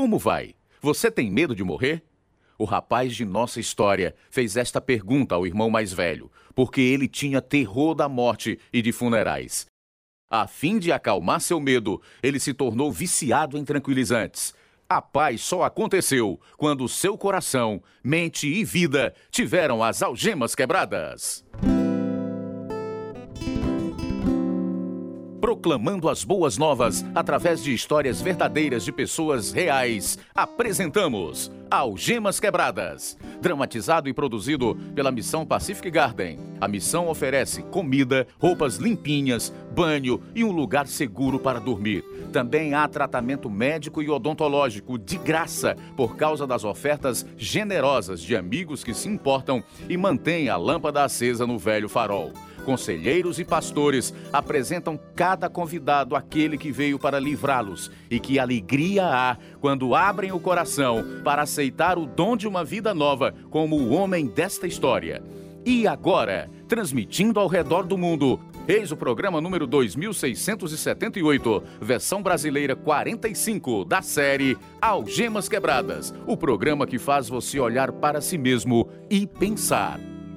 Como vai? Você tem medo de morrer? O rapaz de nossa história fez esta pergunta ao irmão mais velho, porque ele tinha terror da morte e de funerais. A fim de acalmar seu medo, ele se tornou viciado em tranquilizantes. A paz só aconteceu quando seu coração, mente e vida tiveram as algemas quebradas. Proclamando as boas novas através de histórias verdadeiras de pessoas reais, apresentamos Algemas Quebradas. Dramatizado e produzido pela Missão Pacific Garden. A missão oferece comida, roupas limpinhas, banho e um lugar seguro para dormir. Também há tratamento médico e odontológico de graça por causa das ofertas generosas de amigos que se importam e mantêm a lâmpada acesa no velho farol. Conselheiros e pastores apresentam cada convidado aquele que veio para livrá-los e que alegria há quando abrem o coração para aceitar o dom de uma vida nova como o homem desta história. E agora, transmitindo ao redor do mundo, eis o programa número 2678, versão brasileira 45 da série Algemas Quebradas, o programa que faz você olhar para si mesmo e pensar.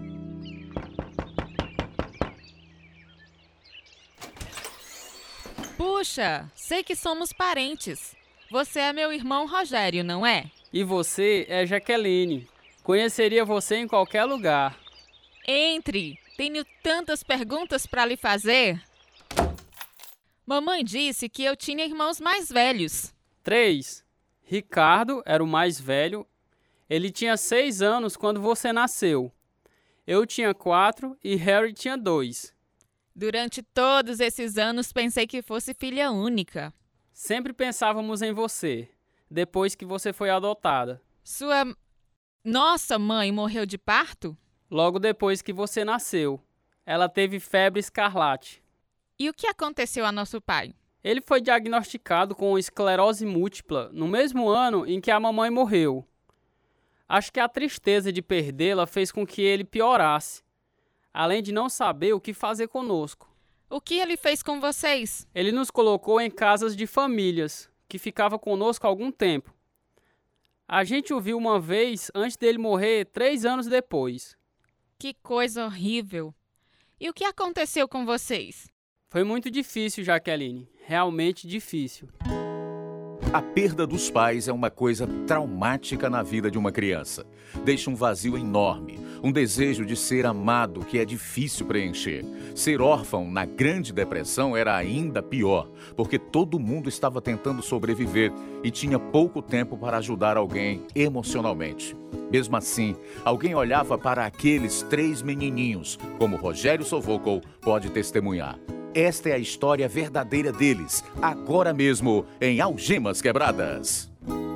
Puxa, sei que somos parentes. Você é meu irmão Rogério, não é? E você é Jaqueline. Conheceria você em qualquer lugar. Entre! Tenho tantas perguntas para lhe fazer. Mamãe disse que eu tinha irmãos mais velhos. 3. Ricardo era o mais velho. Ele tinha 6 anos quando você nasceu. Eu tinha 4 e Harry tinha 2. Durante todos esses anos pensei que fosse filha única. Sempre pensávamos em você, depois que você foi adotada. Nossa mãe morreu de parto? Logo depois que você nasceu. Ela teve febre escarlate. E o que aconteceu a nosso pai? Ele foi diagnosticado com esclerose múltipla no mesmo ano em que a mamãe morreu. Acho que a tristeza de perdê-la fez com que ele piorasse, além de não saber o que fazer conosco. O que ele fez com vocês? Ele nos colocou em casas de famílias, que ficava conosco há algum tempo. A gente o viu uma vez antes dele morrer 3 anos depois. Que coisa horrível. E o que aconteceu com vocês? Foi muito difícil, Jaqueline. Realmente difícil. A perda dos pais é uma coisa traumática na vida de uma criança. Deixa um vazio enorme, um desejo de ser amado que é difícil preencher. Ser órfão na Grande Depressão era ainda pior, porque todo mundo estava tentando sobreviver e tinha pouco tempo para ajudar alguém emocionalmente. Mesmo assim, alguém olhava para aqueles 3 menininhos, como Rogério Sovocol pode testemunhar. Esta é a história verdadeira deles, agora mesmo em Algemas Quebradas.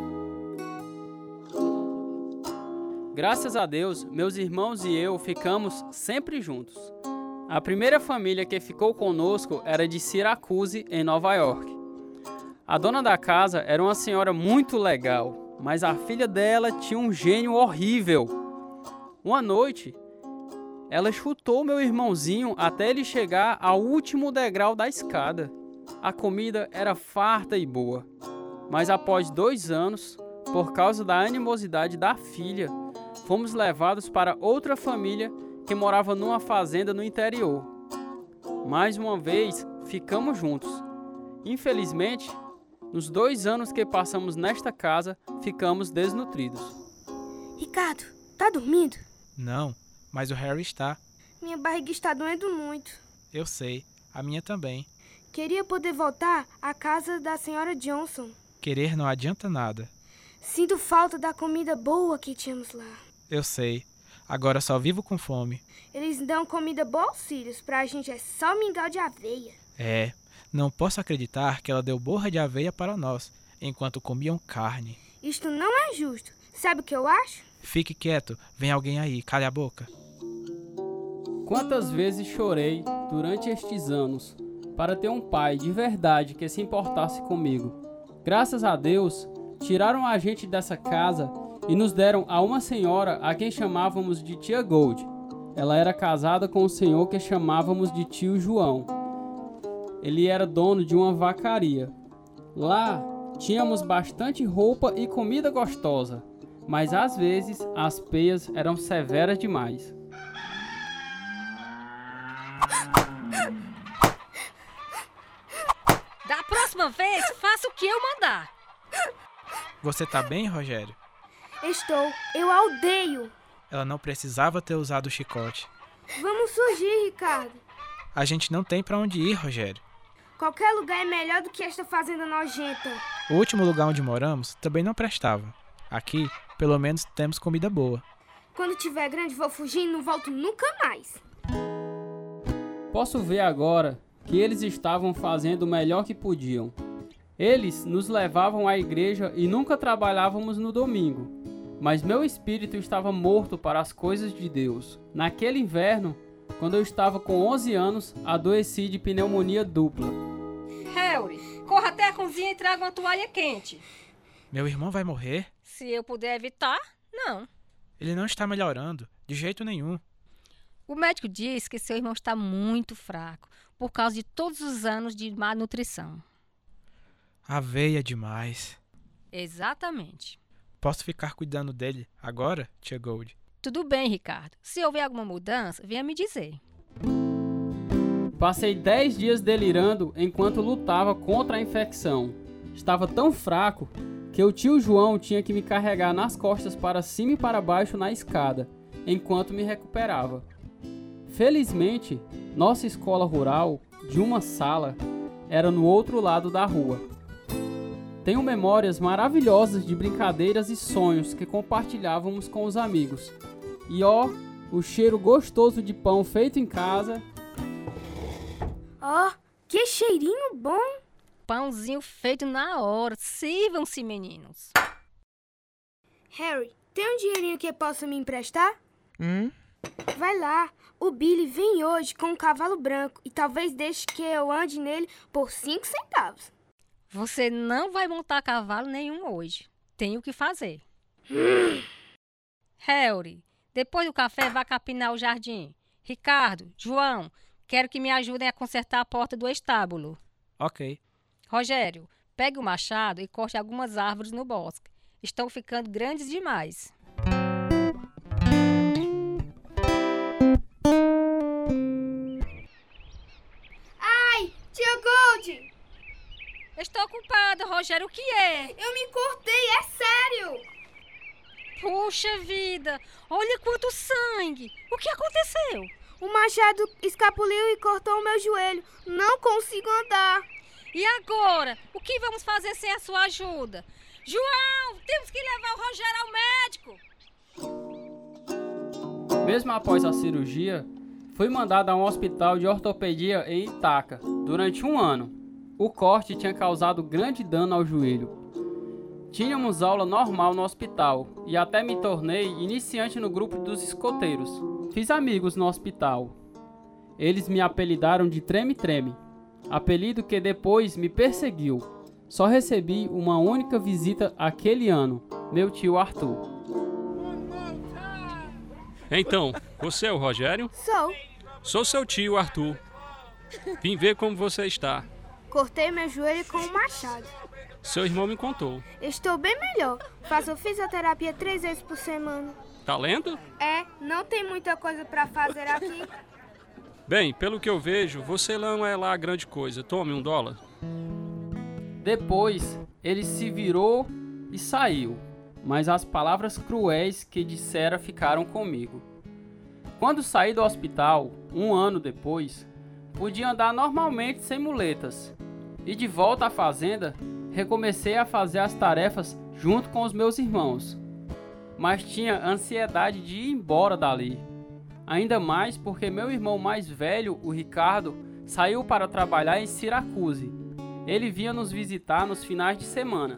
Graças a Deus, meus irmãos e eu ficamos sempre juntos. A primeira família que ficou conosco era de Syracuse, em Nova York. A dona da casa era uma senhora muito legal, mas a filha dela tinha um gênio horrível. Uma noite, ela chutou meu irmãozinho até ele chegar ao último degrau da escada. A comida era farta e boa, mas após 2 anos, por causa da animosidade da filha, fomos levados para outra família que morava numa fazenda no interior. Mais uma vez, ficamos juntos. Infelizmente, nos 2 anos que passamos nesta casa, ficamos desnutridos. Ricardo, tá dormindo? Não, mas o Harry está. Minha barriga está doendo muito. Eu sei, a minha também. Queria poder voltar à casa da senhora Johnson. Querer não adianta nada. Sinto falta da comida boa que tínhamos lá. Eu sei, agora só vivo com fome. Eles dão comida boa aos filhos, pra gente é só mingau de aveia. É, não posso acreditar que ela deu borra de aveia para nós, enquanto comiam carne. Isto não é justo. Sabe o que eu acho? Fique quieto, vem alguém aí, cale a boca. Quantas vezes chorei durante estes anos para ter um pai de verdade que se importasse comigo. Graças a Deus, tiraram a gente dessa casa e nos deram a uma senhora a quem chamávamos de Tia Gold. Ela era casada com um senhor que chamávamos de Tio João. Ele era dono de uma vacaria. Lá, Tínhamos bastante roupa e comida gostosa, mas às vezes as peias eram severas demais. Da próxima vez, faça o que eu mandar. Você tá bem, Rogério? Estou. Eu a odeio. Ela não precisava ter usado o chicote. Vamos fugir, Ricardo. A gente não tem pra onde ir, Rogério. Qualquer lugar é melhor do que esta fazenda nojenta. O último lugar onde moramos também não prestava. Aqui, pelo menos, temos comida boa. Quando tiver grande, vou fugir e não volto nunca mais. Posso ver agora que eles estavam fazendo o melhor que podiam. Eles nos levavam à igreja e nunca trabalhávamos no domingo. Mas meu espírito estava morto para as coisas de Deus. Naquele inverno, quando eu estava com 11 anos, adoeci de pneumonia dupla. Harry, corra até a cozinha e traga uma toalha quente. Meu irmão vai morrer? Se eu puder evitar, não. Ele não está melhorando, de jeito nenhum. O médico diz que seu irmão está muito fraco, por causa de todos os anos de má nutrição. Aveia demais. Exatamente. Posso ficar cuidando dele agora, tia Gold? Tudo bem, Ricardo. Se houver alguma mudança, venha me dizer. Passei 10 dias delirando enquanto lutava contra a infecção. Estava tão fraco que o tio João tinha que me carregar nas costas para cima e para baixo na escada, enquanto me recuperava. Felizmente, nossa escola rural, de uma sala, era no outro lado da rua. Tenho memórias maravilhosas de brincadeiras e sonhos que compartilhávamos com os amigos. E o cheiro gostoso de pão feito em casa. Que cheirinho bom. Pãozinho feito na hora. Sirvam-se, meninos. Harry, tem um dinheirinho que possa me emprestar? Vai lá. O Billy vem hoje com um cavalo branco e talvez deixe que eu ande nele por 5 centavos. Você não vai montar cavalo nenhum hoje. Tem o que fazer. Harry, depois do café, vá capinar o jardim. Ricardo, João, quero que me ajudem a consertar a porta do estábulo. Ok. Rogério, pegue o machado e corte algumas árvores no bosque. Estão ficando grandes demais. Ai, tia Gold! Estou ocupada, Rogério, o que é? Eu me cortei, é sério! Puxa vida, olha quanto sangue! O que aconteceu? O machado escapuliu e cortou o meu joelho. Não consigo andar. E agora? O que vamos fazer sem a sua ajuda? João, temos que levar o Rogério ao médico! Mesmo após a cirurgia, fui mandado a um hospital de ortopedia em Itaca durante 1 ano. O corte tinha causado grande dano ao joelho. Tínhamos aula normal no hospital e até me tornei iniciante no grupo dos escoteiros. Fiz amigos no hospital. Eles me apelidaram de Treme Treme, apelido que depois me perseguiu. Só recebi uma única visita aquele ano, meu tio Arthur. Então, você é o Rogério? Sou. Sou seu tio, Arthur. Vim ver como você está. Cortei meu joelho com um machado. Seu irmão me contou. Estou bem melhor. Faço fisioterapia 3 vezes por semana. Tá lendo? Não tem muita coisa pra fazer aqui. Bem, pelo que eu vejo, você não é lá grande coisa. Tome $1. Depois, ele se virou e saiu, mas as palavras cruéis que dissera ficaram comigo. Quando saí do hospital, 1 ano depois, podia andar normalmente sem muletas. E de volta à fazenda, recomecei a fazer as tarefas junto com os meus irmãos. Mas tinha ansiedade de ir embora dali. Ainda mais porque meu irmão mais velho, o Ricardo, saiu para trabalhar em Syracuse. Ele vinha nos visitar nos finais de semana.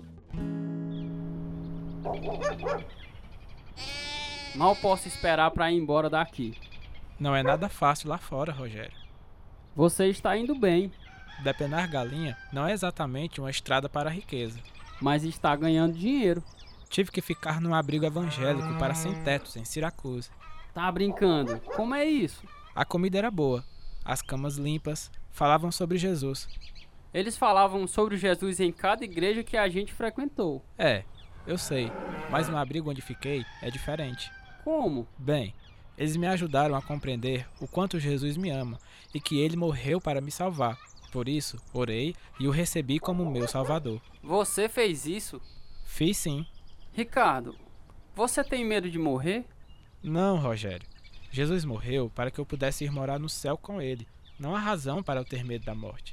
Mal posso esperar para ir embora daqui. Não é nada fácil lá fora, Rogério. Você está indo bem, Depenar galinha não é exatamente uma estrada para a riqueza. mas está ganhando dinheiro. Tive que ficar num abrigo evangélico para sem-tetos em Syracuse. Tá brincando? Como é isso? A comida era boa, as camas limpas, falavam sobre Jesus. Eles falavam sobre Jesus em cada igreja que a gente frequentou. Eu sei, mas no abrigo onde fiquei é diferente. Como? Bem, eles me ajudaram a compreender o quanto Jesus me ama e que ele morreu para me salvar. Por isso, orei e o recebi como meu salvador. Você fez isso? Fiz sim. Ricardo, você tem medo de morrer? Não, Rogério. Jesus morreu para que eu pudesse ir morar no céu com ele. Não há razão para eu ter medo da morte.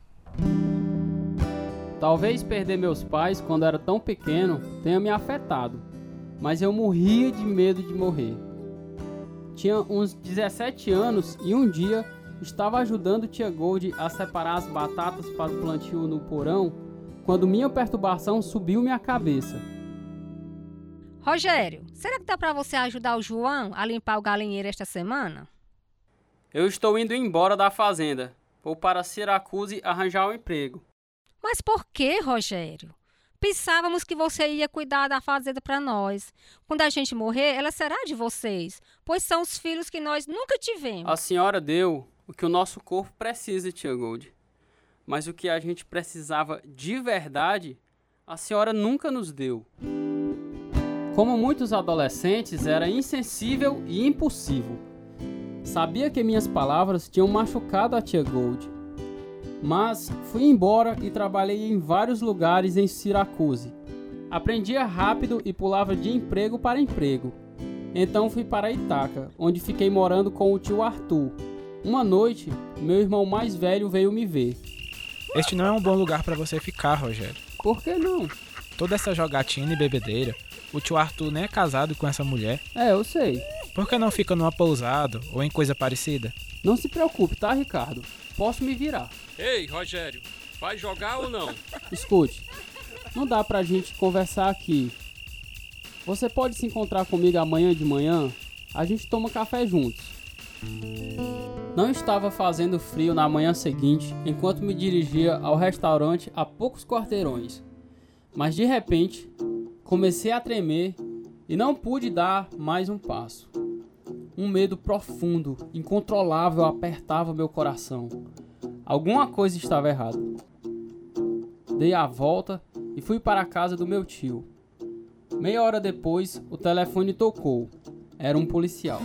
Talvez perder meus pais quando era tão pequeno tenha me afetado, mas eu morria de medo de morrer. Tinha uns 17 anos e um dia estava ajudando tia Gold a separar as batatas para o plantio no porão, quando minha perturbação subiu minha cabeça. Rogério, será que dá para você ajudar o João a limpar o galinheiro esta semana? Eu estou indo embora da fazenda. Vou para Syracuse arranjar um emprego. Mas por que, Rogério? Pensávamos que você ia cuidar da fazenda para nós. Quando a gente morrer, ela será de vocês, pois são os filhos que nós nunca tivemos. A senhora deu o que o nosso corpo precisa, tia Gold. Mas o que a gente precisava de verdade, a senhora nunca nos deu. Como muitos adolescentes, era insensível e impulsivo. Sabia que minhas palavras tinham machucado a tia Gold. Mas fui embora e trabalhei em vários lugares em Syracuse. Aprendia rápido e pulava de emprego para emprego. Então fui para Itaca, onde fiquei morando com o tio Arthur. Uma noite, meu irmão mais velho veio me ver. Este não é um bom lugar para você ficar, Rogério. Por que não? Toda essa jogatina e bebedeira, o tio Arthur nem é casado com essa mulher. Eu sei. Por que não fica numa pousada ou em coisa parecida? Não se preocupe, tá, Ricardo? Posso me virar. Ei, Rogério, vai jogar ou não? Escute, não dá pra gente conversar aqui. Você pode se encontrar comigo amanhã de manhã? A gente toma café juntos. Não estava fazendo frio na manhã seguinte, enquanto me dirigia ao restaurante a poucos quarteirões. Mas de repente, comecei a tremer e não pude dar mais um passo. Um medo profundo, incontrolável apertava meu coração. Alguma coisa estava errada. Dei a volta e fui para a casa do meu tio. Meia hora depois, o telefone tocou. Era um policial.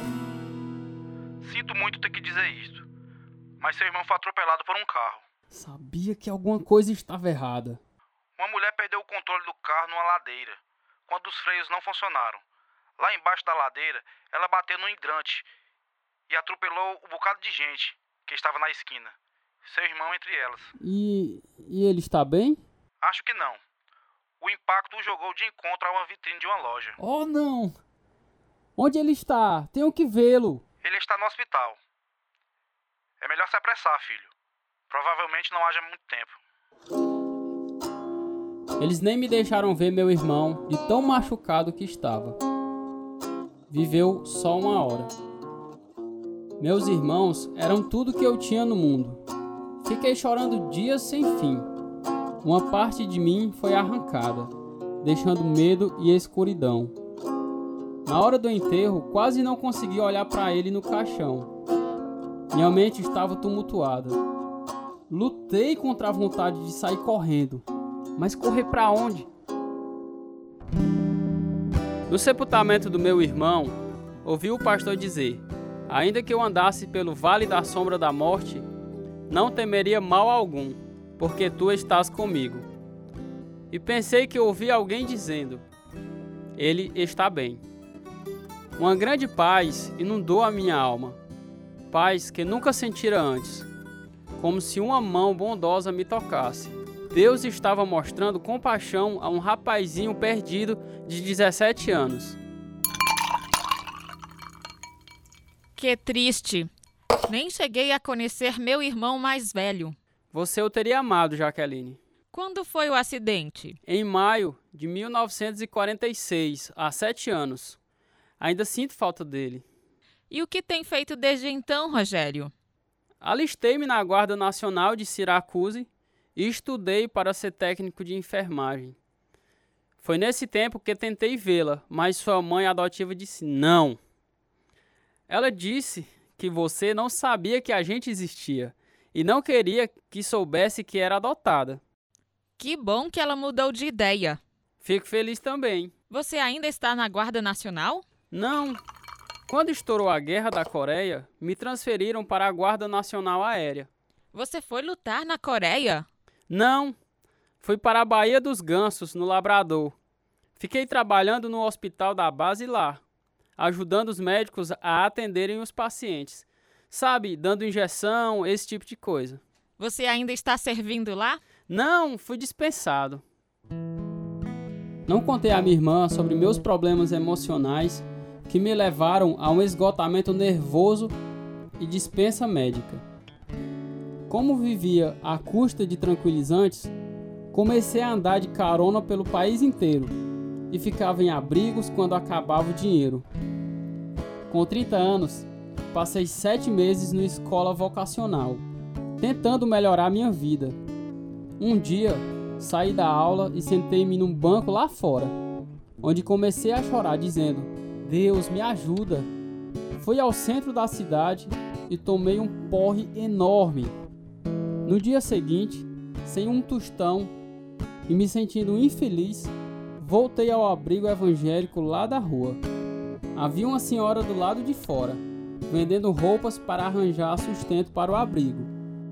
Sinto muito ter que dizer isto, mas seu irmão foi atropelado por um carro. Sabia que alguma coisa estava errada. Uma mulher perdeu o controle do carro numa ladeira, quando os freios não funcionaram. Lá embaixo da ladeira, ela bateu num hidrante e atropelou um bocado de gente que estava na esquina. Seu irmão entre elas. E ele está bem? Acho que não. O impacto o jogou de encontro a uma vitrine de uma loja. Oh, não! Onde ele está? Tenho que vê-lo. Ele está no hospital. É melhor se apressar, filho. Provavelmente não haja muito tempo. Eles nem me deixaram ver meu irmão, de tão machucado que estava. Viveu só 1 hora. Meus irmãos eram tudo que eu tinha no mundo. Fiquei chorando dias sem fim. Uma parte de mim foi arrancada, deixando medo e escuridão. Na hora do enterro, quase não consegui olhar para ele no caixão. Minha mente estava tumultuada. Lutei contra a vontade de sair correndo. Mas correr para onde? No sepultamento do meu irmão, ouvi o pastor dizer: ainda que eu andasse pelo vale da sombra da morte, não temeria mal algum, porque tu estás comigo. E pensei que ouvi alguém dizendo: ele está bem. Uma grande paz inundou a minha alma, paz que nunca sentira antes, como se uma mão bondosa me tocasse. Deus estava mostrando compaixão a um rapazinho perdido de 17 anos. Que triste. Nem cheguei a conhecer meu irmão mais velho. Você o teria amado, Jaqueline. Quando foi o acidente? Em maio de 1946, há 7 anos. Ainda sinto falta dele. E o que tem feito desde então, Rogério? Alistei-me na Guarda Nacional de Syracuse e estudei para ser técnico de enfermagem. Foi nesse tempo que tentei vê-la, mas sua mãe adotiva disse não. Ela disse que você não sabia que a gente existia e não queria que soubesse que era adotada. Que bom que ela mudou de ideia. Fico feliz também. Você ainda está na Guarda Nacional? Não. Quando estourou a Guerra da Coreia, me transferiram para a Guarda Nacional Aérea. Você foi lutar na Coreia? Não. Fui para a Baía dos Gansos, no Labrador. Fiquei trabalhando no hospital da base lá, ajudando os médicos a atenderem os pacientes. Sabe, dando injeção, esse tipo de coisa. Você ainda está servindo lá? Não, fui dispensado. Não contei à minha irmã sobre meus problemas emocionais que me levaram a um esgotamento nervoso e dispensa médica. Como vivia à custa de tranquilizantes, comecei a andar de carona pelo país inteiro e ficava em abrigos quando acabava o dinheiro. Com 30 anos, passei 7 meses na escola vocacional, tentando melhorar minha vida. Um dia, saí da aula e sentei-me num banco lá fora, onde comecei a chorar dizendo: Deus, me ajuda. Fui ao centro da cidade e tomei um porre enorme. No dia seguinte, sem um tostão e me sentindo infeliz, voltei ao abrigo evangélico lá da rua. Havia uma senhora do lado de fora, vendendo roupas para arranjar sustento para o abrigo.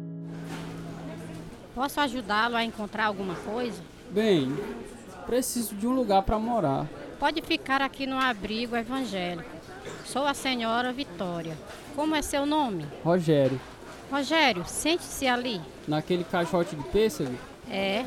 Posso ajudá-lo a encontrar alguma coisa? Bem, preciso de um lugar para morar. Pode ficar aqui no abrigo evangélico. Sou a senhora Vitória. Como é seu nome? Rogério. Rogério, sente-se ali. Naquele caixote de pêssego? É.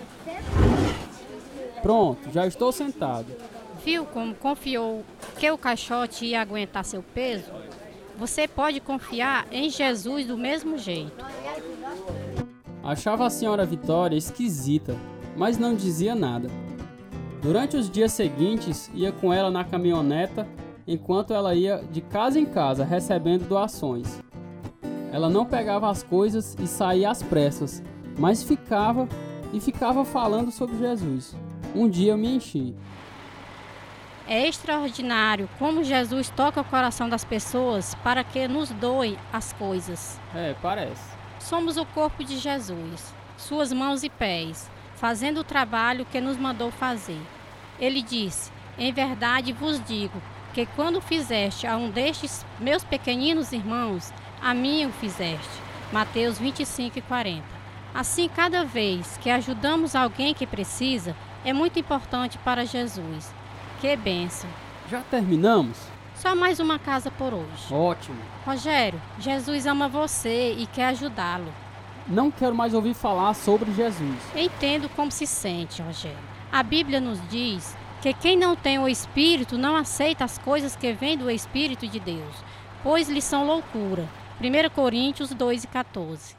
Pronto, já estou sentado. Viu como confiou que o caixote ia aguentar seu peso? Você pode confiar em Jesus do mesmo jeito. Achava a senhora Vitória esquisita, mas não dizia nada. Durante os dias seguintes, ia com ela na caminhoneta, enquanto ela ia de casa em casa recebendo doações. Ela não pegava as coisas e saía às pressas, mas ficava falando sobre Jesus. Um dia eu me enchi. É extraordinário como Jesus toca o coração das pessoas para que nos doem as coisas. Parece. Somos o corpo de Jesus, suas mãos e pés, fazendo o trabalho que nos mandou fazer. Ele disse: em verdade vos digo, que quando fizeste a um destes meus pequeninos irmãos, a mim o fizeste. Mateus 25:40. Assim, cada vez que ajudamos alguém que precisa, é muito importante para Jesus. Que bênção! Já terminamos? Só mais uma casa por hoje. Ótimo. Rogério, Jesus ama você e quer ajudá-lo. Não quero mais ouvir falar sobre Jesus. Entendo como se sente, Rogério. A Bíblia nos diz que quem não tem o Espírito não aceita as coisas que vêm do Espírito de Deus, pois lhes são loucura. 1 Coríntios 2:14.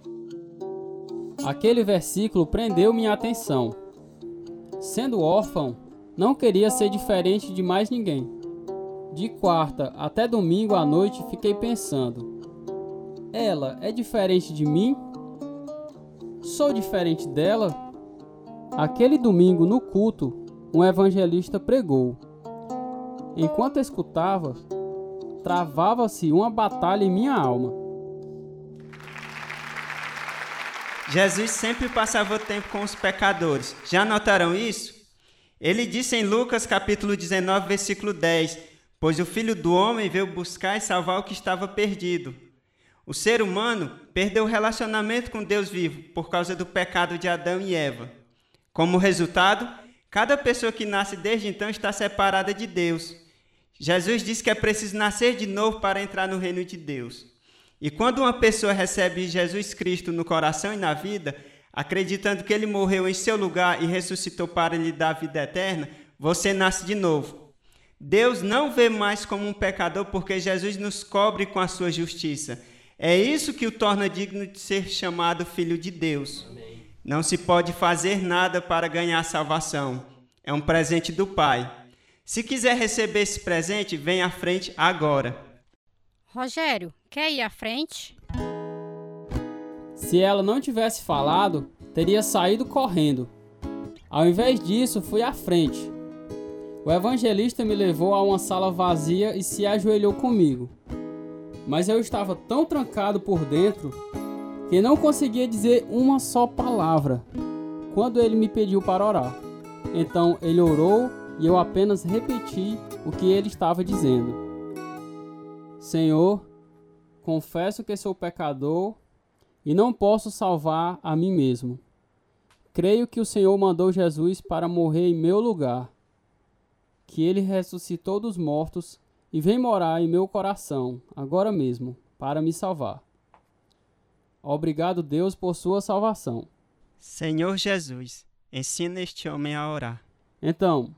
Aquele versículo prendeu minha atenção. Sendo órfão, não queria ser diferente de mais ninguém. De quarta até domingo à noite fiquei pensando: ela é diferente de mim? Sou diferente dela? Aquele domingo no culto, um evangelista pregou. Enquanto escutava, travava-se uma batalha em minha alma. Jesus sempre passava o tempo com os pecadores. Já notaram isso? Ele disse em Lucas capítulo 19, versículo 10: pois o Filho do Homem veio buscar e salvar o que estava perdido. O ser humano perdeu o relacionamento com Deus vivo por causa do pecado de Adão e Eva. Como resultado, cada pessoa que nasce desde então está separada de Deus. Jesus disse que é preciso nascer de novo para entrar no reino de Deus. E quando uma pessoa recebe Jesus Cristo no coração e na vida, acreditando que ele morreu em seu lugar e ressuscitou para lhe dar a vida eterna, você nasce de novo. Deus não vê mais como um pecador porque Jesus nos cobre com a sua justiça. É isso que o torna digno de ser chamado Filho de Deus. Amém. Não se pode fazer nada para ganhar a salvação. É um presente do Pai. Se quiser receber esse presente, vem à frente agora. Rogério, quer ir à frente? Se ela não tivesse falado, teria saído correndo. Ao invés disso, fui à frente. O evangelista me levou a uma sala vazia e se ajoelhou comigo. Mas eu estava tão trancado por dentro que não conseguia dizer uma só palavra quando ele me pediu para orar. Então ele orou e eu apenas repeti o que ele estava dizendo. Senhor, confesso que sou pecador e não posso salvar a mim mesmo. Creio que o Senhor mandou Jesus para morrer em meu lugar, que ele ressuscitou dos mortos e vem morar em meu coração, agora mesmo, para me salvar. Obrigado, Deus, por sua salvação. Senhor Jesus, ensina este homem a orar. Então,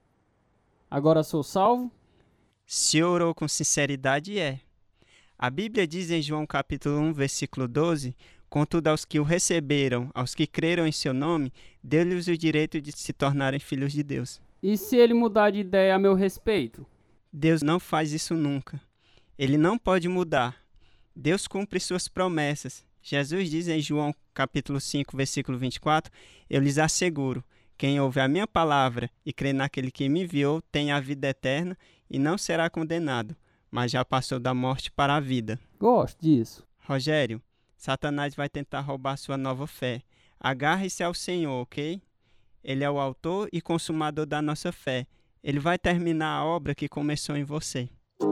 agora sou salvo? Se orou com sinceridade, é. A Bíblia diz em João capítulo 1, versículo 12, contudo aos que o receberam, aos que creram em seu nome, deu-lhes o direito de se tornarem filhos de Deus. E se ele mudar de ideia a meu respeito? Deus não faz isso nunca. Ele não pode mudar. Deus cumpre suas promessas. Jesus diz em João capítulo 5, versículo 24, eu lhes asseguro, quem ouve a minha palavra e crê naquele que me enviou tem a vida eterna e não será condenado, mas já passou da morte para a vida. Gosto disso. Rogério, Satanás vai tentar roubar sua nova fé. Agarre-se ao Senhor, ok? Ele é o autor e consumador da nossa fé. Ele vai terminar a obra que começou em você.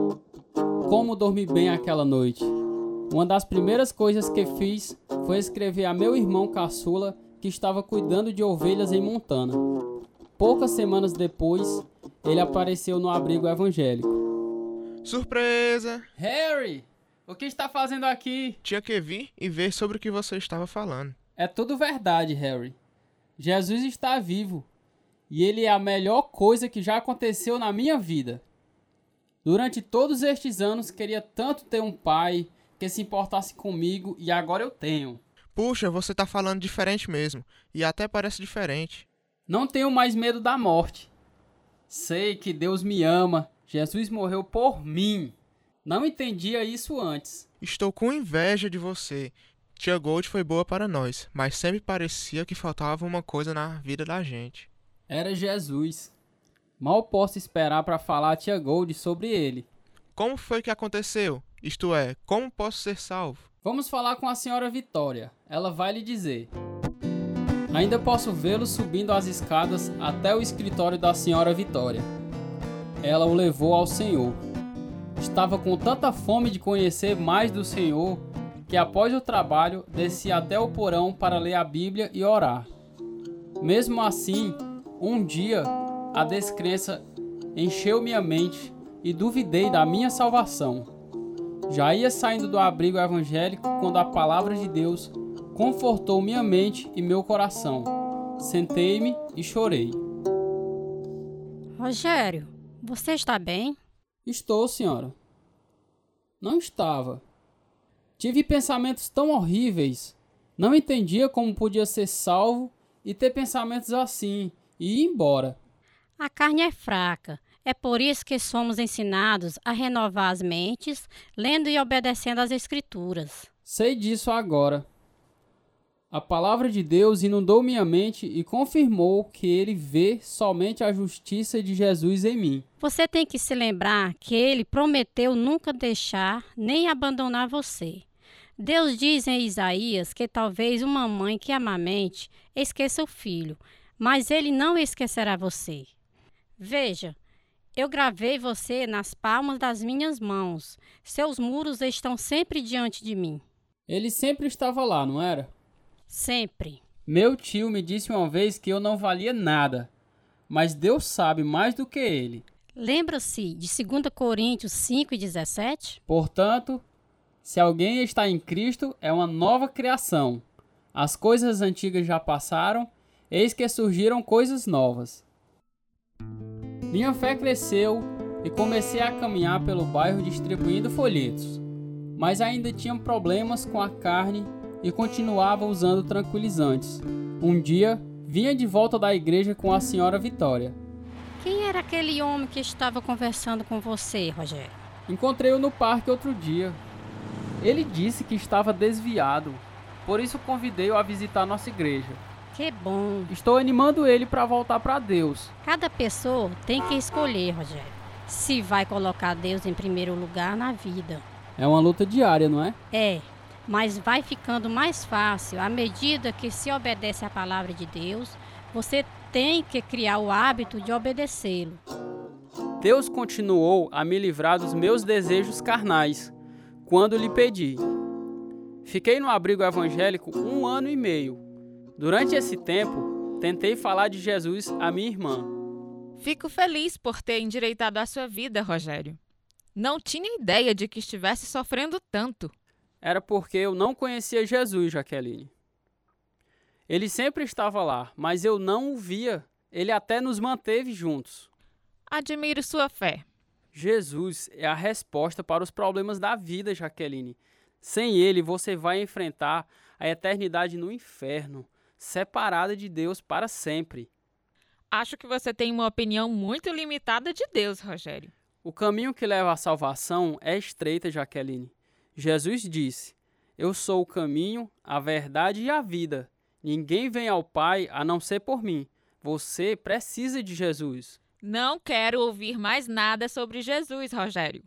Como dormi bem aquela noite. Uma das primeiras coisas que fiz foi escrever a meu irmão caçula que estava cuidando de ovelhas em Montana. Poucas semanas depois, ele apareceu no abrigo evangélico. Surpresa! Harry, o que está fazendo aqui? Tinha que vir e ver sobre o que você estava falando. É tudo verdade, Harry. Jesus está vivo e ele é a melhor coisa que já aconteceu na minha vida. Durante todos estes anos, queria tanto ter um pai que se importasse comigo e agora eu tenho. Puxa, você tá falando diferente mesmo. E até parece diferente. Não tenho mais medo da morte. Sei que Deus me ama. Jesus morreu por mim. Não entendia isso antes. Estou com inveja de você. Tia Gold foi boa para nós, mas sempre parecia que faltava uma coisa na vida da gente. Era Jesus. Mal posso esperar para falar a tia Gold sobre ele. Como foi que aconteceu? Isto é, como posso ser salvo? Vamos falar com a senhora Vitória. Ela vai lhe dizer. Ainda posso vê-lo subindo as escadas até o escritório da senhora Vitória. Ela o levou ao Senhor. Estava com tanta fome de conhecer mais do Senhor que após o trabalho descia até o porão para ler a Bíblia e orar. Mesmo assim, um dia a descrença encheu minha mente e duvidei da minha salvação. Já ia saindo do abrigo evangélico quando a palavra de Deus confortou minha mente e meu coração. Sentei-me e chorei. Rogério, você está bem? Estou, senhora. Não estava. Tive pensamentos tão horríveis. Não entendia como podia ser salvo e ter pensamentos assim e ir embora. A carne é fraca. É por isso que somos ensinados a renovar as mentes, lendo e obedecendo às Escrituras. Sei disso agora. A palavra de Deus inundou minha mente e confirmou que ele vê somente a justiça de Jesus em mim. Você tem que se lembrar que ele prometeu nunca deixar nem abandonar você. Deus diz em Isaías que talvez uma mãe que amamente esqueça o filho, mas ele não esquecerá você. Veja, eu gravei você nas palmas das minhas mãos. Seus muros estão sempre diante de mim. Ele sempre estava lá, não era? Sempre. Meu tio me disse uma vez que eu não valia nada, mas Deus sabe mais do que ele. Lembra-se de 2 Coríntios 5:17? Portanto, se alguém está em Cristo, é uma nova criação. As coisas antigas já passaram, eis que surgiram coisas novas. Minha fé cresceu e comecei a caminhar pelo bairro distribuindo folhetos, mas ainda tinha problemas com a carne e continuava usando tranquilizantes. Um dia, vinha de volta da igreja com a senhora Vitória. Quem era aquele homem que estava conversando com você, Rogério? Encontrei-o no parque outro dia. Ele disse que estava desviado, por isso convidei-o a visitar nossa igreja. Que bom. Estou animando ele para voltar para Deus. Cada pessoa tem que escolher, Rogério, se vai colocar Deus em primeiro lugar na vida. É uma luta diária, não é? É. mas vai ficando mais fácil à medida que se obedece à palavra de Deus. Você tem que criar o hábito de obedecê-lo. Deus continuou a me livrar dos meus desejos carnais, quando lhe pedi. Fiquei no abrigo evangélico 1 ano e meio. Durante esse tempo, tentei falar de Jesus à minha irmã. Fico feliz por ter endireitado a sua vida, Rogério. Não tinha ideia de que estivesse sofrendo tanto. Era porque eu não conhecia Jesus, Jaqueline. Ele sempre estava lá, mas eu não o via. Ele até nos manteve juntos. Admiro sua fé. Jesus é a resposta para os problemas da vida, Jaqueline. Sem ele, você vai enfrentar a eternidade no inferno, separada de Deus para sempre. Acho que você tem uma opinião muito limitada de Deus, Rogério. O caminho que leva à salvação é estreita, Jaqueline. Jesus disse: eu sou o caminho, a verdade e a vida. Ninguém vem ao Pai a não ser por mim. Você precisa de Jesus. Não quero ouvir mais nada sobre Jesus, Rogério.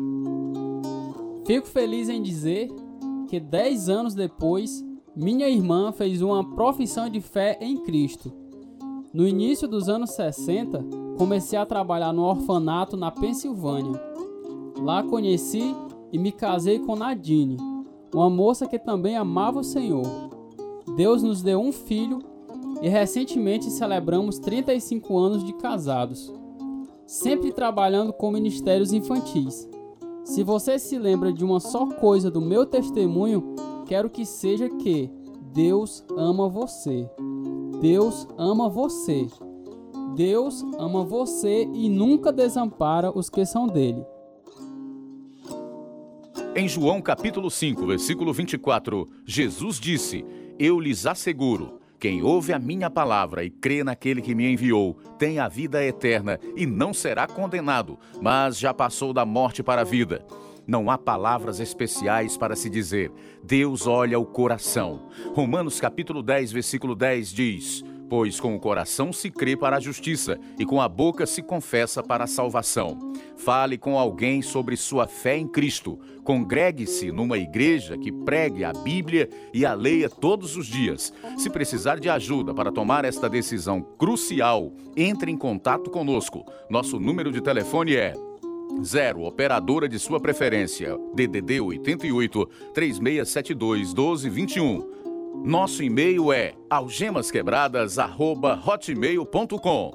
Fico feliz em dizer que 10 anos depois, minha irmã fez uma profissão de fé em Cristo. No início dos anos 60, comecei a trabalhar no orfanato na Pensilvânia. Lá conheci e me casei com Nadine, uma moça que também amava o Senhor. Deus nos deu um filho e recentemente celebramos 35 anos de casados, sempre trabalhando com ministérios infantis. Se você se lembra de uma só coisa do meu testemunho, quero que seja que Deus ama você. Deus ama você. Deus ama você e nunca desampara os que são dele. Em João capítulo 5, versículo 24, Jesus disse: eu lhes asseguro, quem ouve a minha palavra e crê naquele que me enviou, tem a vida eterna e não será condenado, mas já passou da morte para a vida. Não há palavras especiais para se dizer. Deus olha o coração. Romanos capítulo 10, versículo 10 diz: pois com o coração se crê para a justiça e com a boca se confessa para a salvação. Fale com alguém sobre sua fé em Cristo. Congregue-se numa igreja que pregue a Bíblia e a leia todos os dias. Se precisar de ajuda para tomar esta decisão crucial, entre em contato conosco. Nosso número de telefone é 0 operadora de sua preferência, DDD 88 3672 1221. Nosso e-mail é algemasquebradas@hotmail.com.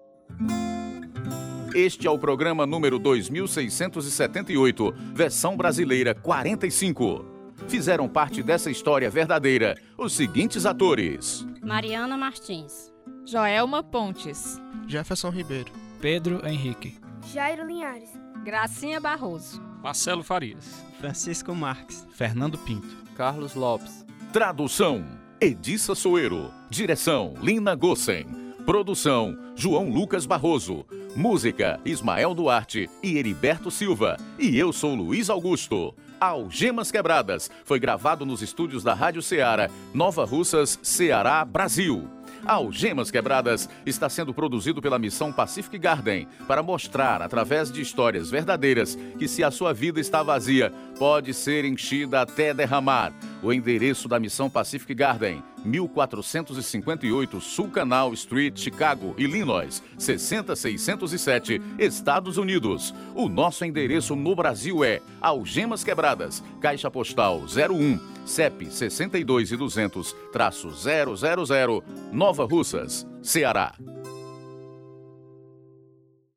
Este é o programa número 2678, versão brasileira 45. Fizeram parte dessa história verdadeira os seguintes atores: Mariana Martins, Joelma Pontes, Jefferson Ribeiro, Pedro Henrique, Jairo Linhares, Gracinha Barroso, Marcelo Farias, Francisco Marques, Fernando Pinto, Carlos Lopes. Tradução: Edissa Soeiro. Direção: Lina Gossen. Produção: João Lucas Barroso. Música: Ismael Duarte e Heriberto Silva. E eu sou Luiz Augusto. Algemas Quebradas foi gravado nos estúdios da Rádio Ceará, Nova Russas, Ceará, Brasil. Algemas Quebradas está sendo produzido pela Missão Pacific Garden para mostrar, através de histórias verdadeiras, que se a sua vida está vazia, pode ser enchida até derramar. O endereço da Missão Pacific Garden, 1458 Sul Canal Street, Chicago, Illinois, 60607, Estados Unidos. O nosso endereço no Brasil é Algemas Quebradas, Caixa Postal 01, CEP 62.200-000, Nova Russas, Ceará.